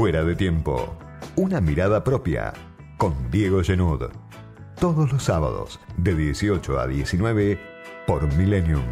Fuera de tiempo. Una mirada propia. Con Diego Genud. Todos los sábados, de 18 a 19, por Millennium.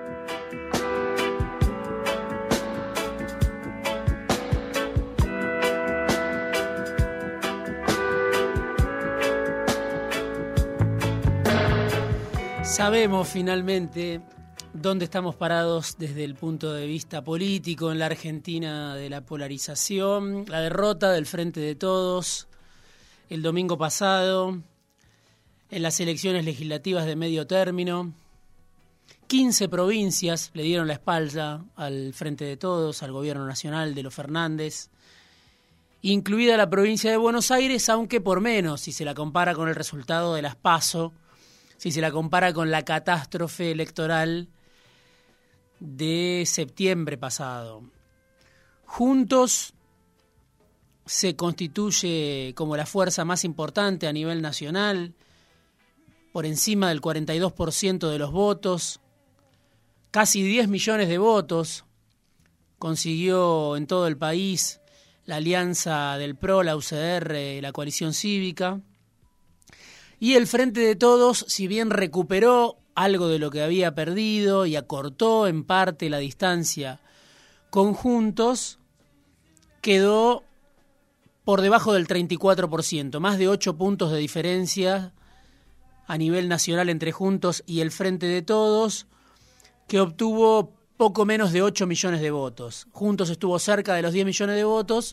Sabemos finalmente dónde estamos parados desde el punto de vista político en la Argentina de la polarización, la derrota del Frente de Todos el domingo pasado en las elecciones legislativas de medio término. 15 provincias le dieron la espalda al Frente de Todos, al gobierno nacional de los Fernández, incluida la provincia de Buenos Aires, aunque por menos si se la compara con el resultado de las PASO, si se la compara con la catástrofe electoral de septiembre pasado. Juntos se constituye como la fuerza más importante a nivel nacional, por encima del 42% de los votos, casi 10 millones de votos consiguió en todo el país la alianza del PRO, la UCR, la coalición cívica. Y el Frente de Todos, si bien recuperó algo de lo que había perdido y acortó en parte la distancia con Juntos, quedó por debajo del 34%, más de 8 puntos de diferencia a nivel nacional entre Juntos y el Frente de Todos, que obtuvo poco menos de 8 millones de votos. Juntos estuvo cerca de los 10 millones de votos,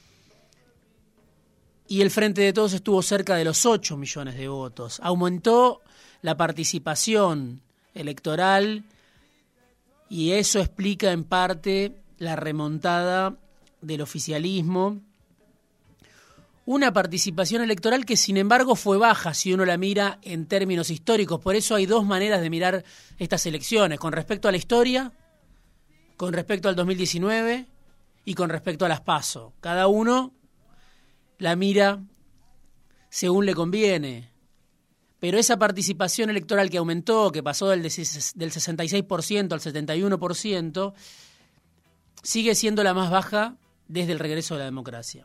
y el Frente de Todos estuvo cerca de los 8 millones de votos. Aumentó la participación electoral y eso explica en parte la remontada del oficialismo. Una participación electoral que sin embargo fue baja si uno la mira en términos históricos. Por eso hay dos maneras de mirar estas elecciones, con respecto a la historia, con respecto al 2019 y con respecto a las PASO. Cada uno la mira según le conviene. Pero esa participación electoral que aumentó, que pasó del 66% al 71%, sigue siendo la más baja desde el regreso de la democracia.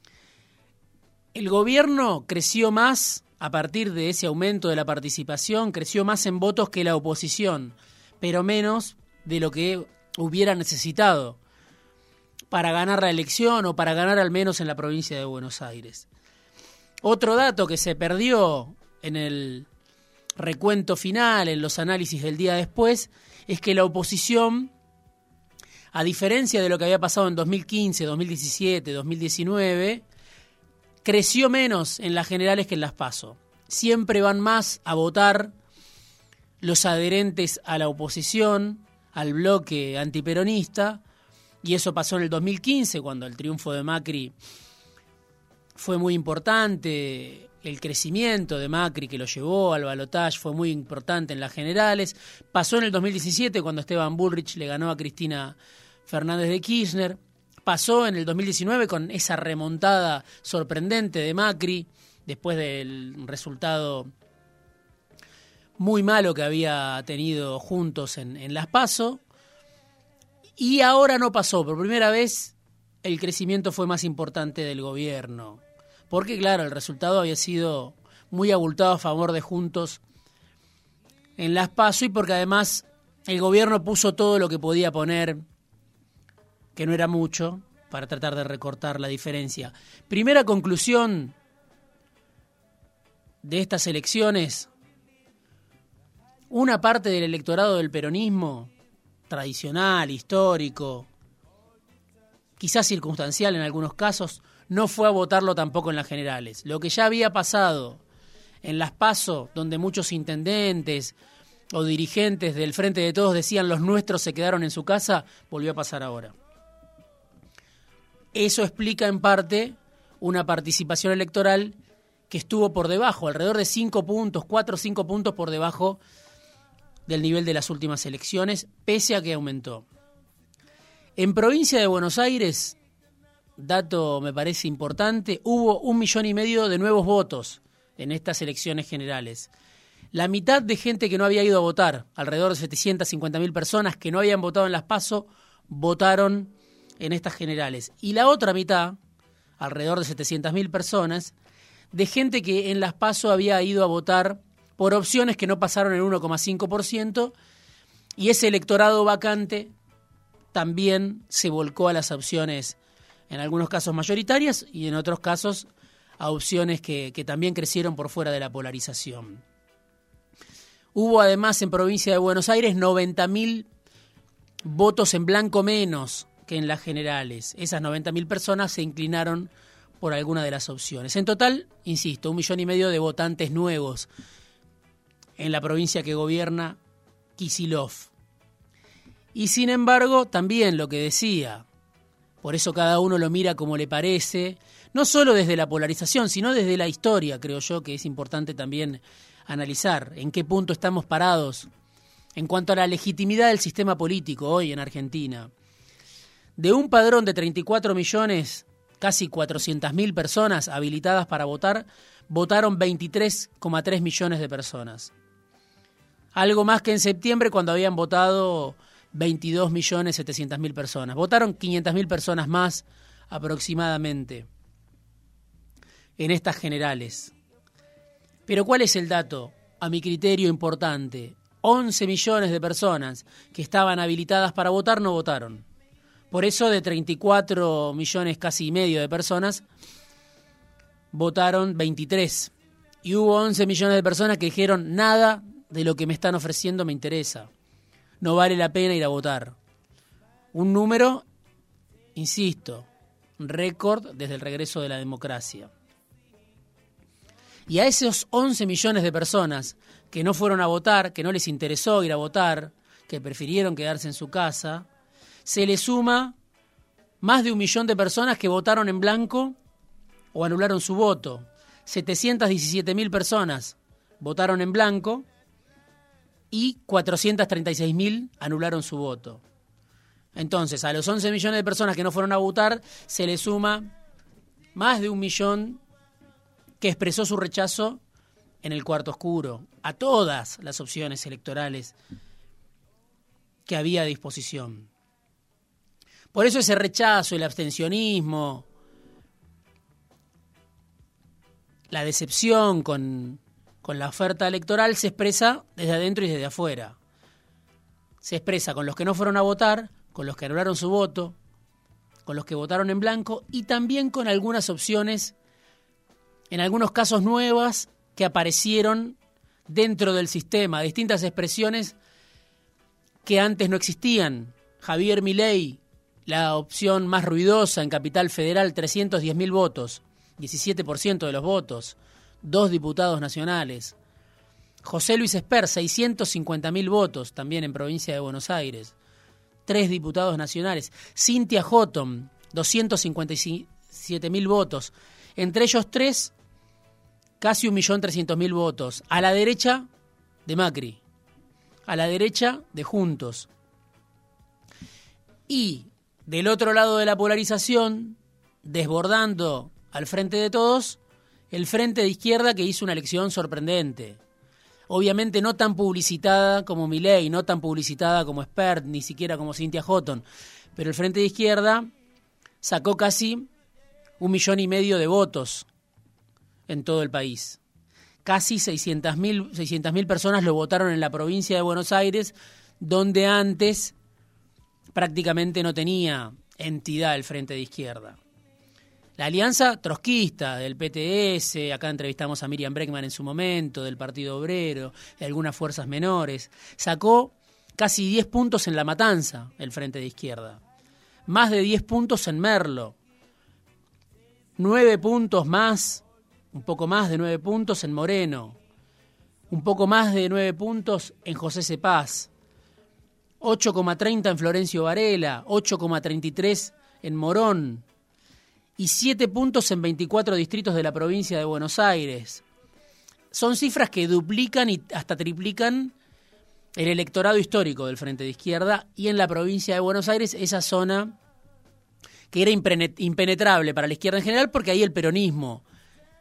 El gobierno creció más, a partir de ese aumento de la participación, creció más en votos que la oposición, pero menos de lo que hubiera necesitado para ganar la elección o para ganar al menos en la provincia de Buenos Aires. Otro dato que se perdió en el recuento final, en los análisis del día después, es que la oposición, a diferencia de lo que había pasado en 2015, 2017, 2019, creció menos en las generales que en las PASO. Siempre van más a votar los adherentes a la oposición, al bloque antiperonista, y eso pasó en el 2015, cuando el triunfo de Macri fue muy importante, el crecimiento de Macri que lo llevó al balotaje fue muy importante en las generales. Pasó en el 2017, cuando Esteban Bullrich le ganó a Cristina Fernández de Kirchner. Pasó en el 2019 con esa remontada sorprendente de Macri, después del resultado muy malo que había tenido Juntos en las PASO. Y ahora no pasó. Por primera vez el crecimiento fue más importante del gobierno. Porque, claro, el resultado había sido muy abultado a favor de Juntos en las PASO y porque además el gobierno puso todo lo que podía poner, que no era mucho, para tratar de recortar la diferencia. Primera conclusión de estas elecciones: una parte del electorado del peronismo tradicional, histórico, quizás circunstancial en algunos casos, no fue a votarlo tampoco en las generales. Lo que ya había pasado en las PASO, donde muchos intendentes o dirigentes del Frente de Todos decían los nuestros se quedaron en su casa, volvió a pasar ahora. Eso explica en parte una participación electoral que estuvo por debajo, alrededor de 5 puntos, 4 o 5 puntos por debajo del nivel de las últimas elecciones, pese a que aumentó. En provincia de Buenos Aires, dato me parece importante, hubo 1,5 millones de nuevos votos en estas elecciones generales. La mitad de gente que no había ido a votar, alrededor de 750.000 personas que no habían votado en las PASO, votaron en estas generales. Y la otra mitad, alrededor de 700.000 personas, de gente que en las PASO había ido a votar por opciones que no pasaron el 1,5%, y ese electorado vacante también se volcó a las opciones, en algunos casos mayoritarias y en otros casos a opciones que también crecieron por fuera de la polarización. Hubo además en provincia de Buenos Aires 90.000 votos en blanco menos que en las generales. Esas 90.000 personas se inclinaron por alguna de las opciones. En total, insisto, 1,5 millones de votantes nuevos en la provincia que gobierna Kicillof. Y sin embargo, también lo que decía, por eso cada uno lo mira como le parece, no solo desde la polarización, sino desde la historia, creo yo, que es importante también analizar en qué punto estamos parados en cuanto a la legitimidad del sistema político hoy en Argentina. De un padrón de 34 millones, casi 400.000 personas habilitadas para votar, votaron 23,3 millones de personas. Algo más que en septiembre, cuando habían votado 22.700.000 personas. Votaron 500.000 personas más aproximadamente en estas generales. Pero ¿cuál es el dato, a mi criterio, importante? 11 millones de personas que estaban habilitadas para votar no votaron. Por eso de 34 millones casi y medio de personas, votaron 23. Y hubo 11 millones de personas que dijeron nada de lo que me están ofreciendo me interesa. No vale la pena ir a votar. Un número, insisto, récord desde el regreso de la democracia. Y a esos 11 millones de personas que no fueron a votar, que no les interesó ir a votar, que prefirieron quedarse en su casa, se le suma más de 1 millón de personas que votaron en blanco o anularon su voto. 717.000 personas votaron en blanco y 436.000 anularon su voto. Entonces, a los 11 millones de personas que no fueron a votar, se le suma más de 1 millón que expresó su rechazo en el cuarto oscuro a todas las opciones electorales que había a disposición. Por eso ese rechazo, el abstencionismo, la decepción con la oferta electoral se expresa desde adentro y desde afuera. Se expresa con los que no fueron a votar, con los que anularon su voto, con los que votaron en blanco y también con algunas opciones, en algunos casos nuevas, que aparecieron dentro del sistema, distintas expresiones que antes no existían. Javier Milei, la opción más ruidosa en Capital Federal, 310.000 votos, 17% de los votos, 2 diputados nacionales. José Luis Esper, 650.000 votos, también en provincia de Buenos Aires, 3 diputados nacionales. Cynthia Houghton, 257.000 votos, entre ellos 3, casi 1.300.000 votos. A la derecha de Macri, a la derecha de Juntos. Y del otro lado de la polarización, desbordando al Frente de Todos, el Frente de Izquierda, que hizo una elección sorprendente. Obviamente no tan publicitada como Milei, no tan publicitada como Espert, ni siquiera como Cynthia Houghton, pero el Frente de Izquierda sacó casi 1,5 millones de votos en todo el país. Casi 600.000 personas lo votaron en la provincia de Buenos Aires, donde antes prácticamente no tenía entidad el Frente de Izquierda. La alianza trotskista del PTS, acá entrevistamos a Miriam Bregman en su momento, del Partido Obrero, de algunas fuerzas menores, sacó casi 10 puntos en La Matanza, el Frente de Izquierda. Más de 10 puntos en Merlo. 9 puntos más, un poco más de 9 puntos en Moreno. Un poco más de 9 puntos en José Cepaz. 8,30 en Florencio Varela, 8,33 en Morón. Y 7 puntos en 24 distritos de la provincia de Buenos Aires. Son cifras que duplican y hasta triplican el electorado histórico del Frente de Izquierda, y en la provincia de Buenos Aires, esa zona que era impenetrable para la izquierda en general, porque ahí el peronismo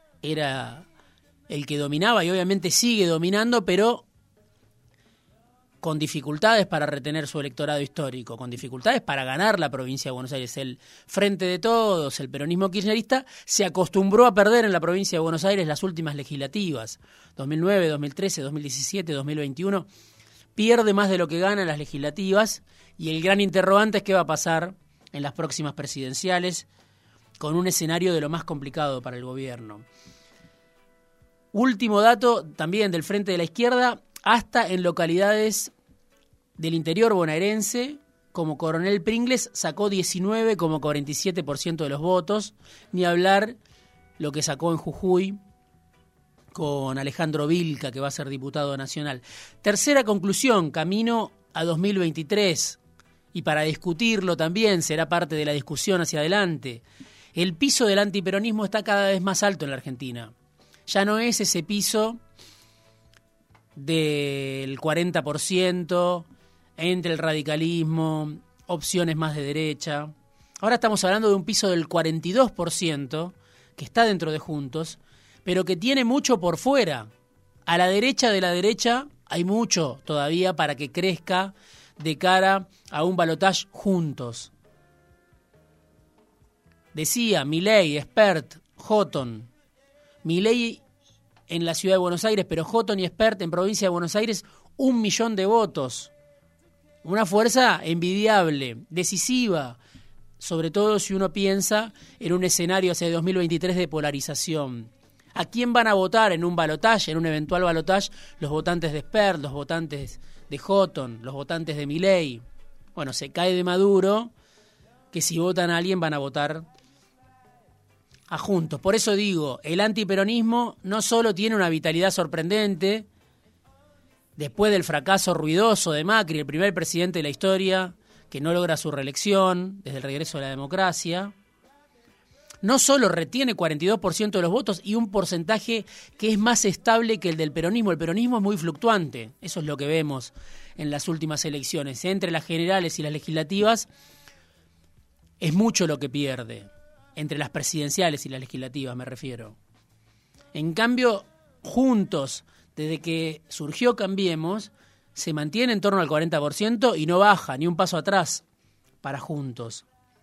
era el que dominaba y obviamente sigue dominando, pero con dificultades para retener su electorado histórico, con dificultades para ganar la provincia de Buenos Aires. El Frente de Todos, el peronismo kirchnerista, se acostumbró a perder en la provincia de Buenos Aires las últimas legislativas, 2009, 2013, 2017, 2021, pierde más de lo que gana en las legislativas, y el gran interrogante es qué va a pasar en las próximas presidenciales, con un escenario de lo más complicado para el gobierno. Último dato también del Frente de la Izquierda: hasta en localidades del interior bonaerense, como Coronel Pringles, sacó 19,47% de los votos, ni hablar lo que sacó en Jujuy con Alejandro Vilca, que va a ser diputado nacional. Tercera conclusión, camino a 2023, y para discutirlo también será parte de la discusión hacia adelante. El piso del antiperonismo está cada vez más alto en la Argentina. Ya no es ese piso del 40% entre el radicalismo, opciones más de derecha. Ahora estamos hablando de un piso del 42% que está dentro de Juntos, pero que tiene mucho por fuera. A la derecha de la derecha hay mucho todavía para que crezca de cara a un balotaje Juntos. Decía Milei, Espert, Houghton. Milei en la ciudad de Buenos Aires, pero Houghton y Espert en provincia de Buenos Aires, 1 millón de votos. Una fuerza envidiable, decisiva, sobre todo si uno piensa en un escenario hacia 2023 de polarización. ¿A quién van a votar en un balotaje, en un eventual balotaje? Los votantes de Espert, los votantes de Houghton, los votantes de Milei. Bueno, se cae de Maduro que si votan a alguien van a votar a Juntos. Por eso digo, el antiperonismo no solo tiene una vitalidad sorprendente, después del fracaso ruidoso de Macri, el primer presidente de la historia que no logra su reelección desde el regreso de la democracia, no solo retiene 42% de los votos y un porcentaje que es más estable que el del peronismo. El peronismo es muy fluctuante, eso es lo que vemos en las últimas elecciones. Entre las generales y las legislativas es mucho lo que pierde. Entre las presidenciales y las legislativas me refiero. En cambio, Juntos, desde que surgió Cambiemos, se mantiene en torno al 40% y no baja ni un paso atrás para Juntos.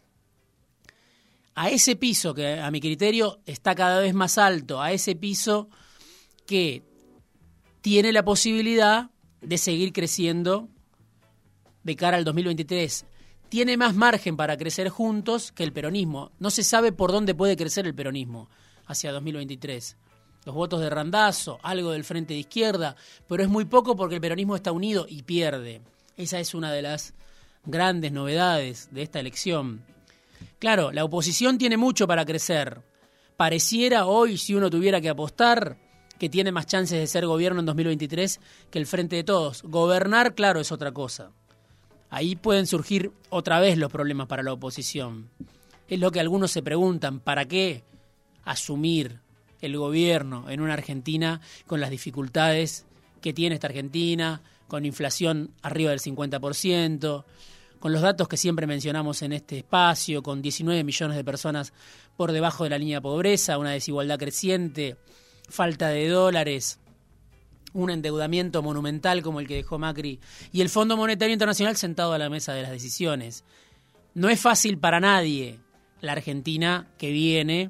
A ese piso que a mi criterio está cada vez más alto, a ese piso que tiene la posibilidad de seguir creciendo de cara al 2023. Tiene más margen para crecer Juntos que el peronismo. No se sabe por dónde puede crecer el peronismo hacia 2023. Los votos de Randazzo, algo del Frente de Izquierda, pero es muy poco porque el peronismo está unido y pierde. Esa es una de las grandes novedades de esta elección. Claro, la oposición tiene mucho para crecer. Pareciera hoy, si uno tuviera que apostar, que tiene más chances de ser gobierno en 2023 que el Frente de Todos. Gobernar, claro, es otra cosa. Ahí pueden surgir otra vez los problemas para la oposición. Es lo que algunos se preguntan, ¿para qué asumir el gobierno en una Argentina con las dificultades que tiene esta Argentina, con inflación arriba del 50%, con los datos que siempre mencionamos en este espacio, con 19 millones de personas por debajo de la línea de pobreza, una desigualdad creciente, falta de dólares, un endeudamiento monumental como el que dejó Macri y el Fondo Monetario Internacional sentado a la mesa de las decisiones? No es fácil para nadie la Argentina que viene,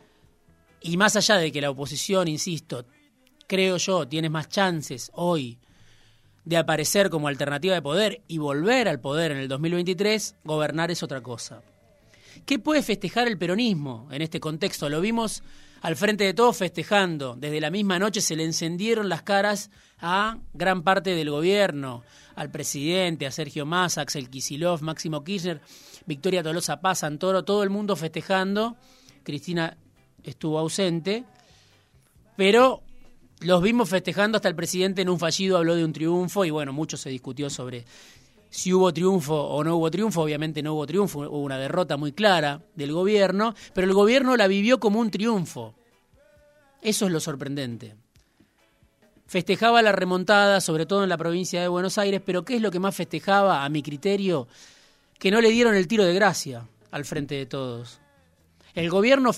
y más allá de que la oposición, insisto, creo yo, tiene más chances hoy de aparecer como alternativa de poder y volver al poder en el 2023, gobernar es otra cosa. ¿Qué puede festejar el peronismo en este contexto? Lo vimos al Frente de Todos festejando. Desde la misma noche se le encendieron las caras a gran parte del gobierno, al presidente, a Sergio Massa, Axel Kicillof, Máximo Kirchner, Victoria Tolosa Paz, Santoro, todo el mundo festejando. Cristina estuvo ausente, pero los vimos festejando, hasta el presidente en un fallido habló de un triunfo y bueno, mucho se discutió sobre si hubo triunfo o no hubo triunfo. Obviamente no hubo triunfo, hubo una derrota muy clara del gobierno, pero el gobierno la vivió como un triunfo. Eso es lo sorprendente. Festejaba la remontada, sobre todo en la provincia de Buenos Aires, pero ¿qué es lo que más festejaba, a mi criterio? Que no le dieron el tiro de gracia al Frente de Todos. El gobierno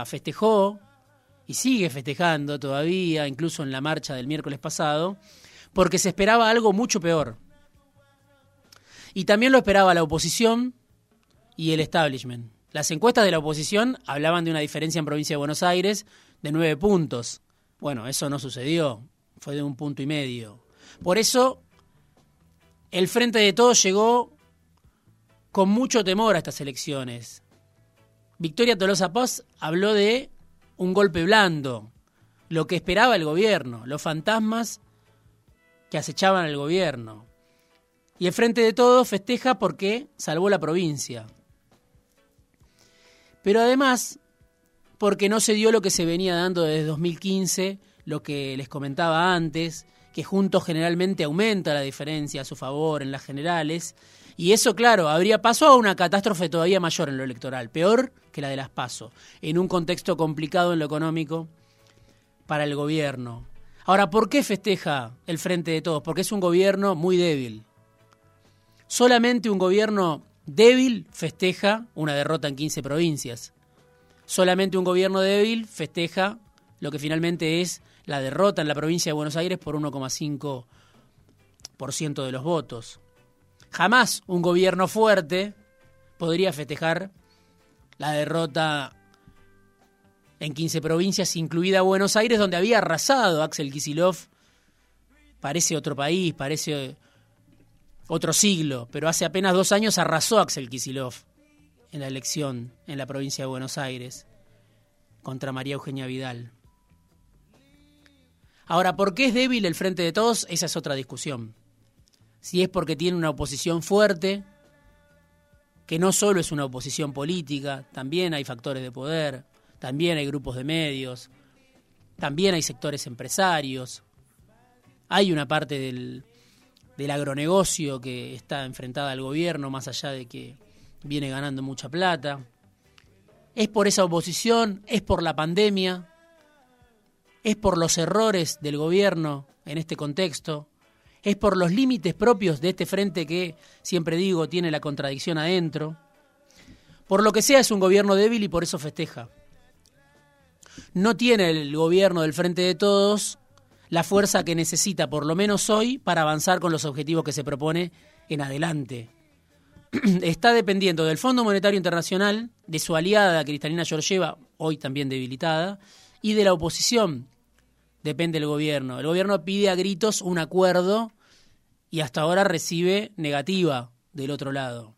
festejó y sigue festejando todavía, incluso en la marcha del miércoles pasado, porque se esperaba algo mucho peor. Y también lo esperaba la oposición y el establishment. Las encuestas de la oposición hablaban de una diferencia en provincia de Buenos Aires de 9 puntos. Bueno, eso no sucedió, fue de 1,5 puntos. Por eso, el Frente de Todos llegó con mucho temor a estas elecciones. Victoria Tolosa Paz habló de un golpe blando, lo que esperaba el gobierno, los fantasmas que acechaban al gobierno. Y el Frente de Todos festeja porque salvó la provincia. Pero además, porque no se dio lo que se venía dando desde 2015, lo que les comentaba antes, que Juntos generalmente aumenta la diferencia a su favor en las generales, y eso, claro, habría pasado a una catástrofe todavía mayor en lo electoral, peor que la de las PASO, en un contexto complicado en lo económico para el gobierno. Ahora, ¿por qué festeja el Frente de Todos? Porque es un gobierno muy débil. Solamente un gobierno débil festeja una derrota en 15 provincias. Solamente un gobierno débil festeja lo que finalmente es la derrota en la provincia de Buenos Aires por 1,5% de los votos. Jamás un gobierno fuerte podría festejar la derrota en 15 provincias, incluida Buenos Aires, donde había arrasado Axel Kicillof. Parece otro país, parece otro siglo, pero hace apenas 2 años arrasó Axel Kicillof en la elección en la provincia de Buenos Aires contra María Eugenia Vidal. Ahora, ¿por qué es débil el Frente de Todos? Esa es otra discusión. Si es porque tiene una oposición fuerte, que no solo es una oposición política, también hay factores de poder, también hay grupos de medios, también hay sectores empresarios, hay una parte del agronegocio que está enfrentada al gobierno, más allá de que viene ganando mucha plata. ¿Es por esa oposición? ¿Es por la pandemia? ¿Es por los errores del gobierno en este contexto? ¿Es por los límites propios de este frente que, siempre digo, tiene la contradicción adentro? Por lo que sea, es un gobierno débil y por eso festeja. No tiene el gobierno del Frente de Todos la fuerza que necesita, por lo menos hoy, para avanzar con los objetivos que se propone en adelante. Está dependiendo del Fondo Monetario Internacional, de su aliada Kristalina Georgieva, hoy también debilitada, y de la oposición. Depende del gobierno. El gobierno pide a gritos un acuerdo y hasta ahora recibe negativa del otro lado.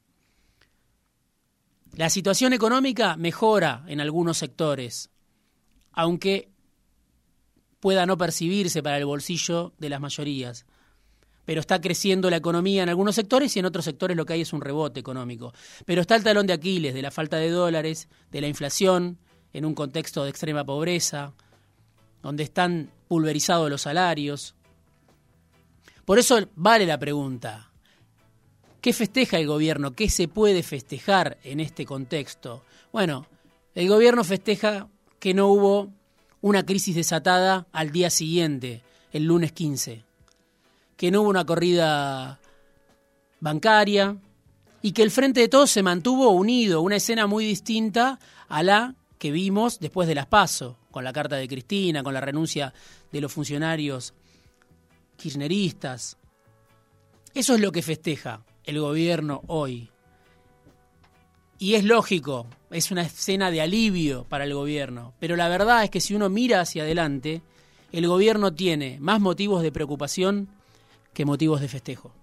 La situación económica mejora en algunos sectores, aunque pueda no percibirse para el bolsillo de las mayorías. Pero está creciendo la economía en algunos sectores y en otros sectores lo que hay es un rebote económico. Pero está el talón de Aquiles de la falta de dólares, de la inflación, en un contexto de extrema pobreza, donde están pulverizados los salarios. Por eso vale la pregunta, ¿qué festeja el gobierno? ¿Qué se puede festejar en este contexto? Bueno, el gobierno festeja que no hubo una crisis desatada al día siguiente, el lunes 15, que no hubo una corrida bancaria y que el Frente de Todos se mantuvo unido, una escena muy distinta a la que vimos después de las PASO, con la carta de Cristina, con la renuncia de los funcionarios kirchneristas. Eso es lo que festeja el gobierno hoy. Y es lógico, es una escena de alivio para el gobierno, pero la verdad es que si uno mira hacia adelante, el gobierno tiene más motivos de preocupación que motivos de festejo.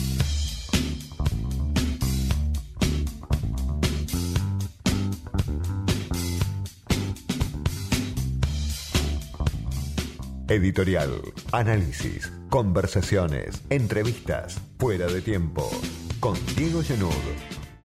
Editorial, análisis, conversaciones, entrevistas, fuera de tiempo, con Diego Genud.